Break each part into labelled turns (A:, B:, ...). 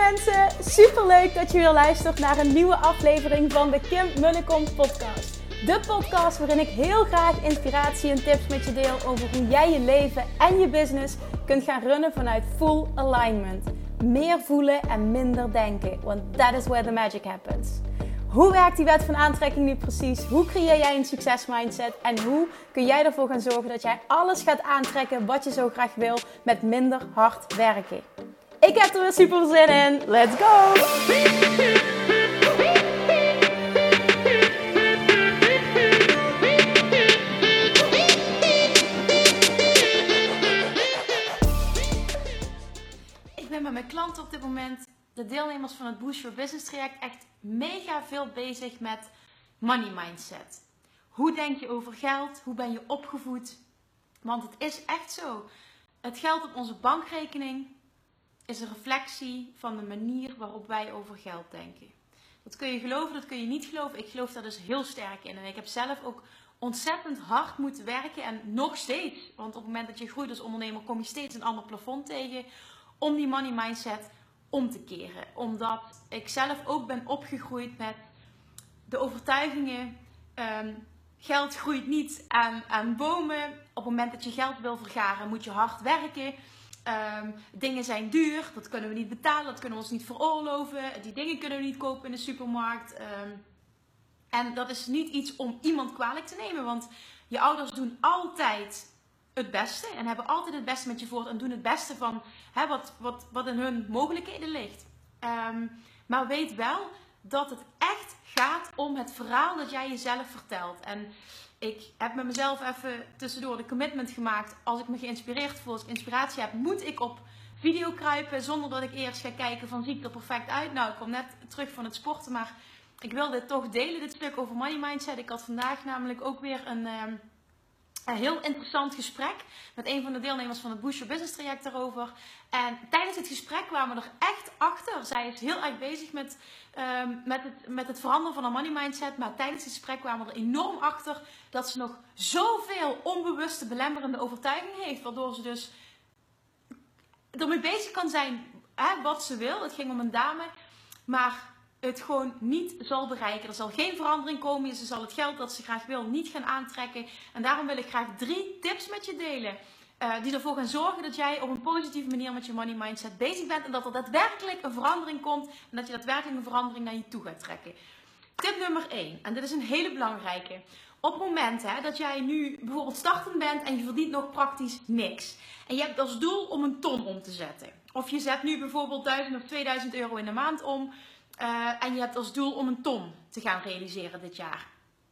A: mensen, superleuk dat je weer luistert naar een nieuwe aflevering van de Kim Munnekom podcast. De podcast waarin ik heel graag inspiratie en tips met je deel over hoe jij je leven en je business kunt gaan runnen vanuit full alignment. Meer voelen en minder denken, want that is where the magic happens. Hoe werkt die wet van aantrekking nu precies? Hoe creëer jij een succesmindset? En hoe kun jij ervoor gaan zorgen dat jij alles gaat aantrekken wat je zo graag wil met minder hard werken? Ik heb er weer super zin in. Let's go! Ik ben met mijn klanten op dit moment, de deelnemers van het Boost Your Business traject, echt mega veel bezig met money mindset. Hoe denk je over geld? Hoe ben je opgevoed? Want het is echt zo. Het geld op onze bankrekening is een reflectie van de manier waarop wij over geld denken. Dat kun je geloven, dat kun je niet geloven. Ik geloof daar dus heel sterk in. En ik heb zelf ook ontzettend hard moeten werken en nog steeds. Want op het moment dat je groeit als ondernemer kom je steeds een ander plafond tegen om die money mindset om te keren. Omdat ik zelf ook ben opgegroeid met de overtuigingen, geld groeit niet aan bomen. Op het moment dat je geld wil vergaren moet je hard werken. Dingen zijn duur, dat kunnen we niet betalen, dat kunnen we ons niet veroorloven. Die dingen kunnen we niet kopen in de supermarkt. En dat is niet iets om iemand kwalijk te nemen, want je ouders doen altijd het beste en hebben altijd het beste met je voor en doen het beste van wat in hun mogelijkheden ligt. Maar weet wel dat het echt gaat om het verhaal dat jij jezelf vertelt. En ik heb met mezelf even tussendoor de commitment gemaakt. Als ik me geïnspireerd voel, als ik inspiratie heb, moet ik op video kruipen. Zonder dat ik eerst ga kijken van zie ik er perfect uit. Nou, ik kom net terug van het sporten, maar ik wil dit toch delen, dit stuk over money mindset. Ik had vandaag namelijk ook weer een heel interessant gesprek met een van de deelnemers van het Boost Your Business traject daarover. En tijdens het gesprek kwamen we er echt achter. Zij is heel erg bezig met het veranderen van haar money mindset. Maar tijdens het gesprek kwamen we er enorm achter dat ze nog zoveel onbewuste belemmerende overtuigingen heeft. Waardoor ze dus ermee bezig kan zijn wat ze wil. Het ging om een dame. Maar het gewoon niet zal bereiken. Er zal geen verandering komen. Ze zal het geld dat ze graag wil niet gaan aantrekken. En daarom wil ik graag 3 tips met je delen. Die ervoor gaan zorgen dat jij op een positieve manier met je money mindset bezig bent. En dat er daadwerkelijk een verandering komt. En dat je daadwerkelijk een verandering naar je toe gaat trekken. Tip nummer 1. En dit is een hele belangrijke. Op het moment dat jij nu bijvoorbeeld startend bent en je verdient nog praktisch niks. En je hebt als doel om een ton om te zetten. Of je zet nu bijvoorbeeld 1000 of 2000 euro in de maand om. En je hebt als doel om een ton te gaan realiseren dit jaar.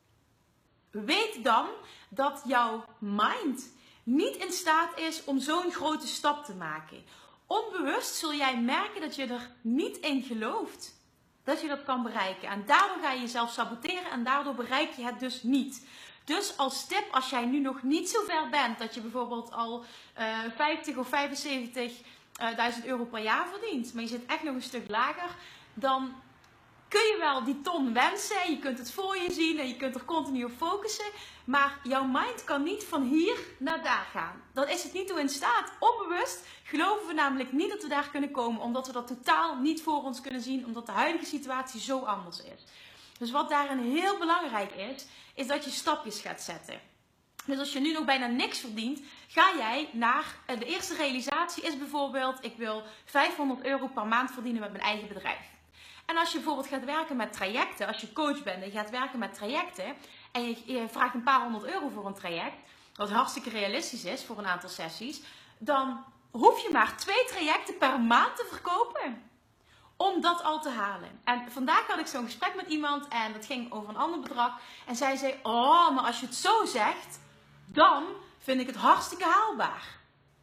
A: Weet dan dat jouw mind niet in staat is om zo'n grote stap te maken. Onbewust zul jij merken dat je er niet in gelooft dat je dat kan bereiken. En daardoor ga je jezelf saboteren en daardoor bereik je het dus niet. Dus als tip, als jij nu nog niet zo ver bent dat je bijvoorbeeld al 50 of 75.000 euro per jaar verdient, maar je zit echt nog een stuk lager, dan kun je wel die ton wensen. Je kunt het voor je zien en je kunt er continu op focussen. Maar jouw mind kan niet van hier naar daar gaan. Dan is het niet toe in staat. Onbewust geloven we namelijk niet dat we daar kunnen komen. Omdat we dat totaal niet voor ons kunnen zien. Omdat de huidige situatie zo anders is. Dus wat daarin heel belangrijk is dat je stapjes gaat zetten. Dus als je nu nog bijna niks verdient, ga jij naar de eerste realisatie is bijvoorbeeld, ik wil 500 euro per maand verdienen met mijn eigen bedrijf. En als je bijvoorbeeld gaat werken met trajecten, als je coach bent en je gaat werken met trajecten en je vraagt een paar honderd euro voor een traject, wat hartstikke realistisch is voor een aantal sessies, dan hoef je maar 2 trajecten per maand te verkopen om dat al te halen. En vandaag had ik zo'n gesprek met iemand en dat ging over een ander bedrag. En zij zei, oh, maar als je het zo zegt, dan vind ik het hartstikke haalbaar.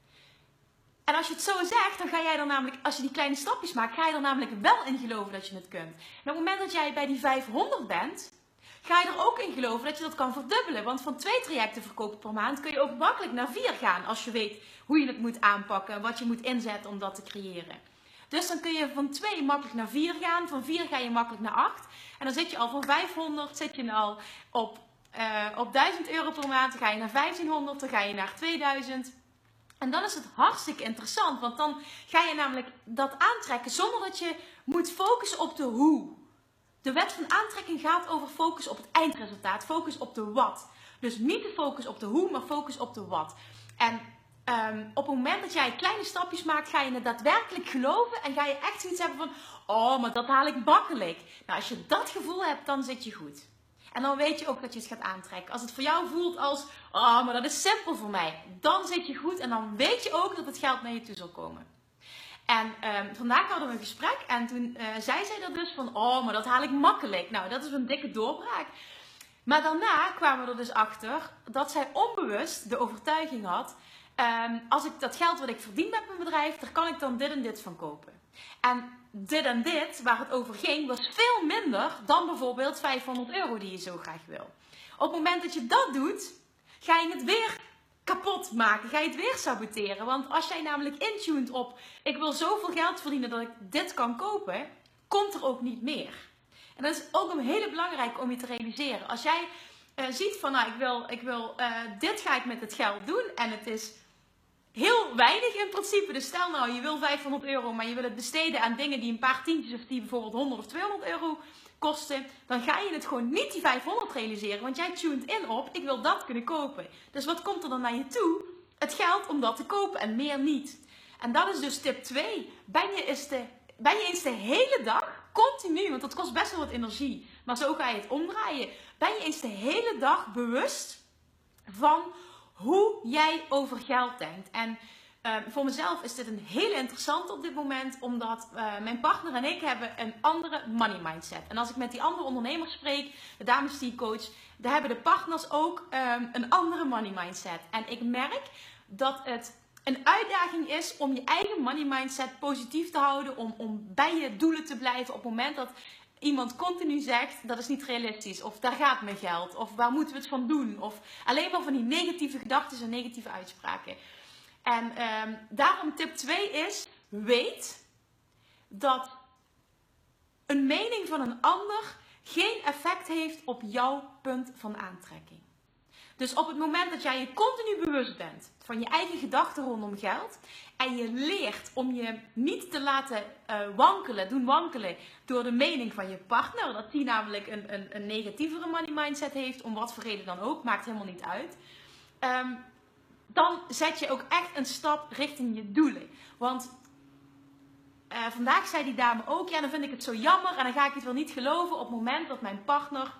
A: En als je het zo zegt, dan ga jij er namelijk, als je die kleine stapjes maakt, ga je er namelijk wel in geloven dat je het kunt. En op het moment dat jij bij die 500 bent, ga je er ook in geloven dat je dat kan verdubbelen. Want van 2 trajecten verkopen per maand kun je ook makkelijk naar 4 gaan. Als je weet hoe je het moet aanpakken en wat je moet inzetten om dat te creëren. Dus dan kun je van 2 makkelijk naar 4 gaan. Van 4 ga je makkelijk naar 8. En dan zit je al van 500, zit je al op 1000 euro per maand. Dan ga je naar 1500, dan ga je naar 2000. En dan is het hartstikke interessant, want dan ga je namelijk dat aantrekken zonder dat je moet focussen op de hoe. De wet van aantrekking gaat over focus op het eindresultaat, focus op de wat. Dus niet de focus op de hoe, maar focus op de wat. En op het moment dat jij kleine stapjes maakt, ga je het daadwerkelijk geloven en ga je echt zoiets hebben van, oh, maar dat haal ik makkelijk. Nou, als je dat gevoel hebt, dan zit je goed. En dan weet je ook dat je het gaat aantrekken. Als het voor jou voelt als, oh, maar dat is simpel voor mij, dan zit je goed en dan weet je ook dat het geld naar je toe zal komen. En vandaag hadden we een gesprek en toen zei zij dat dus van, oh, maar dat haal ik makkelijk. Nou, dat is een dikke doorbraak. Maar daarna kwamen we er dus achter dat zij onbewust de overtuiging had, als ik dat geld wat ik verdien met mijn bedrijf, daar kan ik dan dit en dit van kopen. En dit en dit, waar het over ging, was veel minder dan bijvoorbeeld €500 die je zo graag wil. Op het moment dat je dat doet, ga je het weer kapot maken. Ga je het weer saboteren. Want als jij namelijk intuned op, ik wil zoveel geld verdienen dat ik dit kan kopen, komt er ook niet meer. En dat is ook een hele belangrijke om je te realiseren. Als jij ziet van, nou, dit ga ik met het geld doen en het is heel weinig in principe. Dus stel nou, je wil €500, maar je wil het besteden aan dingen die een paar tientjes of die bijvoorbeeld €100 of €200 kosten. Dan ga je het gewoon niet die 500 realiseren. Want jij tuned in op, ik wil dat kunnen kopen. Dus wat komt er dan naar je toe? Het geld om dat te kopen en meer niet. En dat is dus tip 2. Ben je eens de hele dag, continu, want dat kost best wel wat energie. Maar zo ga je het omdraaien. Ben je eens de hele dag bewust van hoe jij over geld denkt. En voor mezelf is dit een hele interessante op dit moment, omdat mijn partner en ik hebben een andere money mindset. En als ik met die andere ondernemers spreek, de dames die ik coach, daar hebben de partners ook een andere money mindset. En ik merk dat het een uitdaging is om je eigen money mindset positief te houden, om bij je doelen te blijven op het moment dat iemand continu zegt, dat is niet realistisch, of daar gaat mijn geld, of waar moeten we het van doen, of alleen maar van die negatieve gedachten en negatieve uitspraken. En daarom tip 2 is, weet dat een mening van een ander geen effect heeft op jouw punt van aantrekking. Dus op het moment dat jij je continu bewust bent van je eigen gedachten rondom geld en je leert om je niet te laten doen wankelen door de mening van je partner, dat die namelijk een negatievere money mindset heeft, om wat voor reden dan ook, maakt helemaal niet uit, dan zet je ook echt een stap richting je doelen. Want vandaag zei die dame ook, ja, dan vind ik het zo jammer en dan ga ik het wel niet geloven op het moment dat mijn partner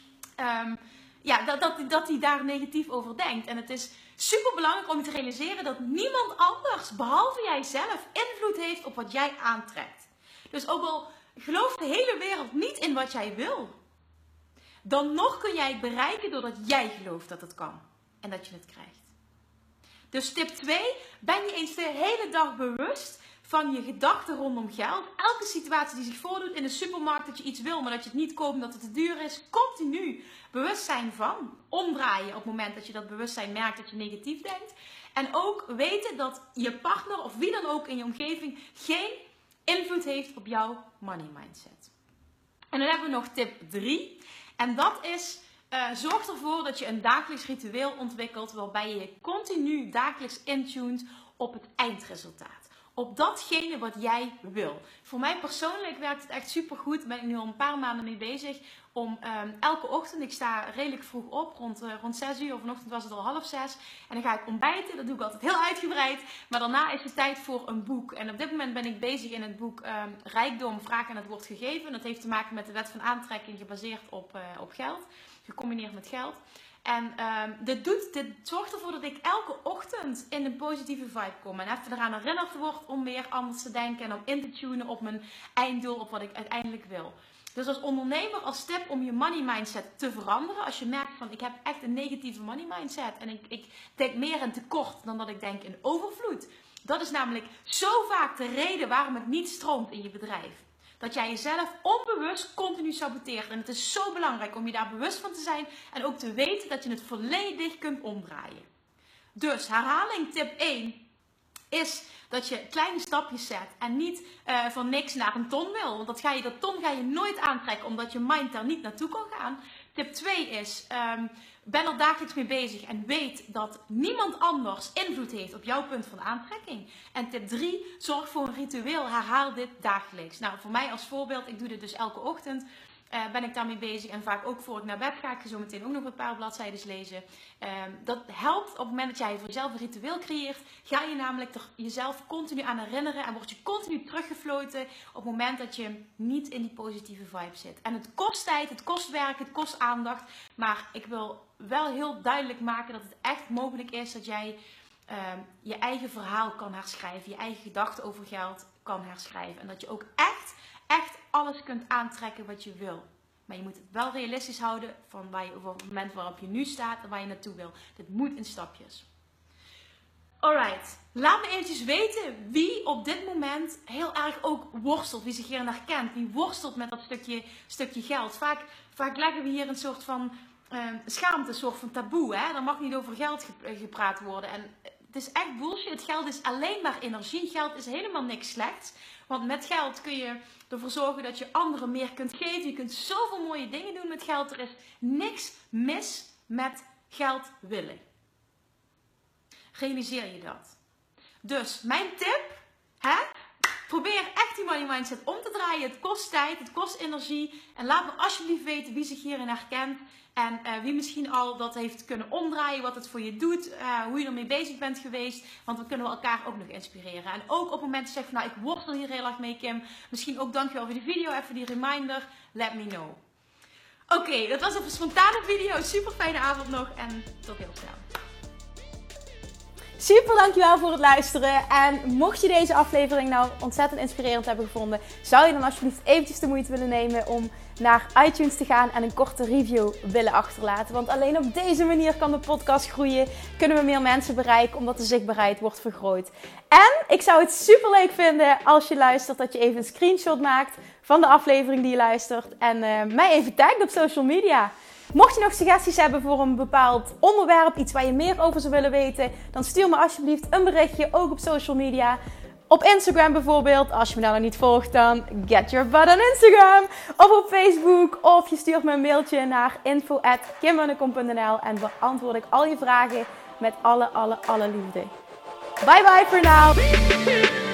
A: dat hij daar negatief over denkt. En het is super belangrijk om je te realiseren dat niemand anders, behalve jijzelf, invloed heeft op wat jij aantrekt. Dus ook al gelooft de hele wereld niet in wat jij wil, dan nog kun jij het bereiken doordat jij gelooft dat het kan. En dat je het krijgt. Dus tip 2, ben je eens de hele dag bewust van je gedachten rondom geld. Elke situatie die zich voordoet in de supermarkt, dat je iets wil, maar dat je het niet koopt omdat het te duur is. Continu bewustzijn van. Omdraaien op het moment dat je dat bewustzijn merkt dat je negatief denkt. En ook weten dat je partner of wie dan ook in je omgeving geen invloed heeft op jouw money mindset. En dan hebben we nog tip 3. En dat is, zorg ervoor dat je een dagelijks ritueel ontwikkelt waarbij je je continu dagelijks intuned op het eindresultaat. Op datgene wat jij wil. Voor mij persoonlijk werkt het echt super goed. Daar ben ik nu al een paar maanden mee bezig. Om elke ochtend, ik sta redelijk vroeg op, rond 6 uur, of vanochtend was het al 5:30. En dan ga ik ontbijten, dat doe ik altijd heel uitgebreid. Maar daarna is het tijd voor een boek. En op dit moment ben ik bezig in het boek Rijkdom, Vraag en het wordt gegeven. Dat heeft te maken met de wet van aantrekking gebaseerd op geld. Gecombineerd met geld. En dit zorgt ervoor dat ik elke ochtend in een positieve vibe kom. En even eraan herinnerd word om weer anders te denken. En om in te tunen op mijn einddoel, op wat ik uiteindelijk wil. Dus als ondernemer, als tip om je money mindset te veranderen. Als je merkt van, ik heb echt een negatieve money mindset. En ik denk meer in tekort dan dat ik denk in overvloed. Dat is namelijk zo vaak de reden waarom het niet stroomt in je bedrijf. Dat jij jezelf onbewust continu saboteert. En het is zo belangrijk om je daar bewust van te zijn. En ook te weten dat je het volledig kunt omdraaien. Dus herhaling tip 1 is dat je kleine stapjes zet. En niet van niks naar een ton wil. Want dat ton ga je nooit aantrekken omdat je mind daar niet naartoe kan gaan. Tip 2 is, ben er dagelijks mee bezig en weet dat niemand anders invloed heeft op jouw punt van aantrekking. En tip 3, zorg voor een ritueel, herhaal dit dagelijks. Nou, voor mij als voorbeeld, ik doe dit dus elke ochtend. Ben ik daarmee bezig en vaak ook voor ik naar bed ga. Ik ga zo meteen ook nog een paar bladzijden lezen. Dat helpt op het moment dat jij voor jezelf een ritueel creëert. Ga je namelijk er jezelf continu aan herinneren en word je continu teruggefloten op het moment dat je niet in die positieve vibe zit. En het kost tijd, het kost werk, het kost aandacht. Maar ik wil wel heel duidelijk maken dat het echt mogelijk is dat jij je eigen verhaal kan herschrijven. Je eigen gedachten over geld kan herschrijven. En dat je ook echt alles kunt aantrekken wat je wil. Maar je moet het wel realistisch houden van het moment waarop je nu staat en waar je naartoe wil. Dit moet in stapjes. Alright, laat me eventjes weten wie op dit moment heel erg ook worstelt. Wie zich hierin herkent. Wie worstelt met dat stukje geld. Vaak leggen we hier een soort van schaamte, een soort van taboe. Hè? Er mag niet over geld gepraat worden. En het is echt bullshit. Geld is alleen maar energie. Geld is helemaal niks slechts. Want met geld kun je ervoor zorgen dat je anderen meer kunt geven. Je kunt zoveel mooie dingen doen met geld. Er is niks mis met geld willen. Realiseer je dat. Dus mijn tip, probeer echt die money mindset om te draaien. Het kost tijd, het kost energie. En laat me alsjeblieft weten wie zich hierin herkent. En wie misschien al dat heeft kunnen omdraaien, wat het voor je doet, hoe je ermee bezig bent geweest. Want dan kunnen we elkaar ook nog inspireren. En ook op het moment dat je zegt, nou ik worstel hier heel erg mee Kim. Misschien ook dankjewel voor die video, even die reminder. Let me know. Oké, dat was even een spontane video. Super fijne avond nog en tot heel snel.
B: Super, dankjewel voor het luisteren. En mocht je deze aflevering nou ontzettend inspirerend hebben gevonden, zou je dan alsjeblieft eventjes de moeite willen nemen om naar iTunes te gaan en een korte review willen achterlaten. Want alleen op deze manier kan de podcast groeien, kunnen we meer mensen bereiken, omdat de zichtbaarheid wordt vergroot. En ik zou het super leuk vinden als je luistert, dat je even een screenshot maakt van de aflevering die je luistert en mij even tagt op social media. Mocht je nog suggesties hebben voor een bepaald onderwerp, iets waar je meer over zou willen weten, dan stuur me alsjeblieft een berichtje, ook op social media. Op Instagram bijvoorbeeld, als je me daar nog niet volgt, dan get your butt on Instagram. Of op Facebook, of je stuurt me een mailtje naar info@kimmunnekom.nl en beantwoord ik al je vragen met alle liefde. Bye bye for now!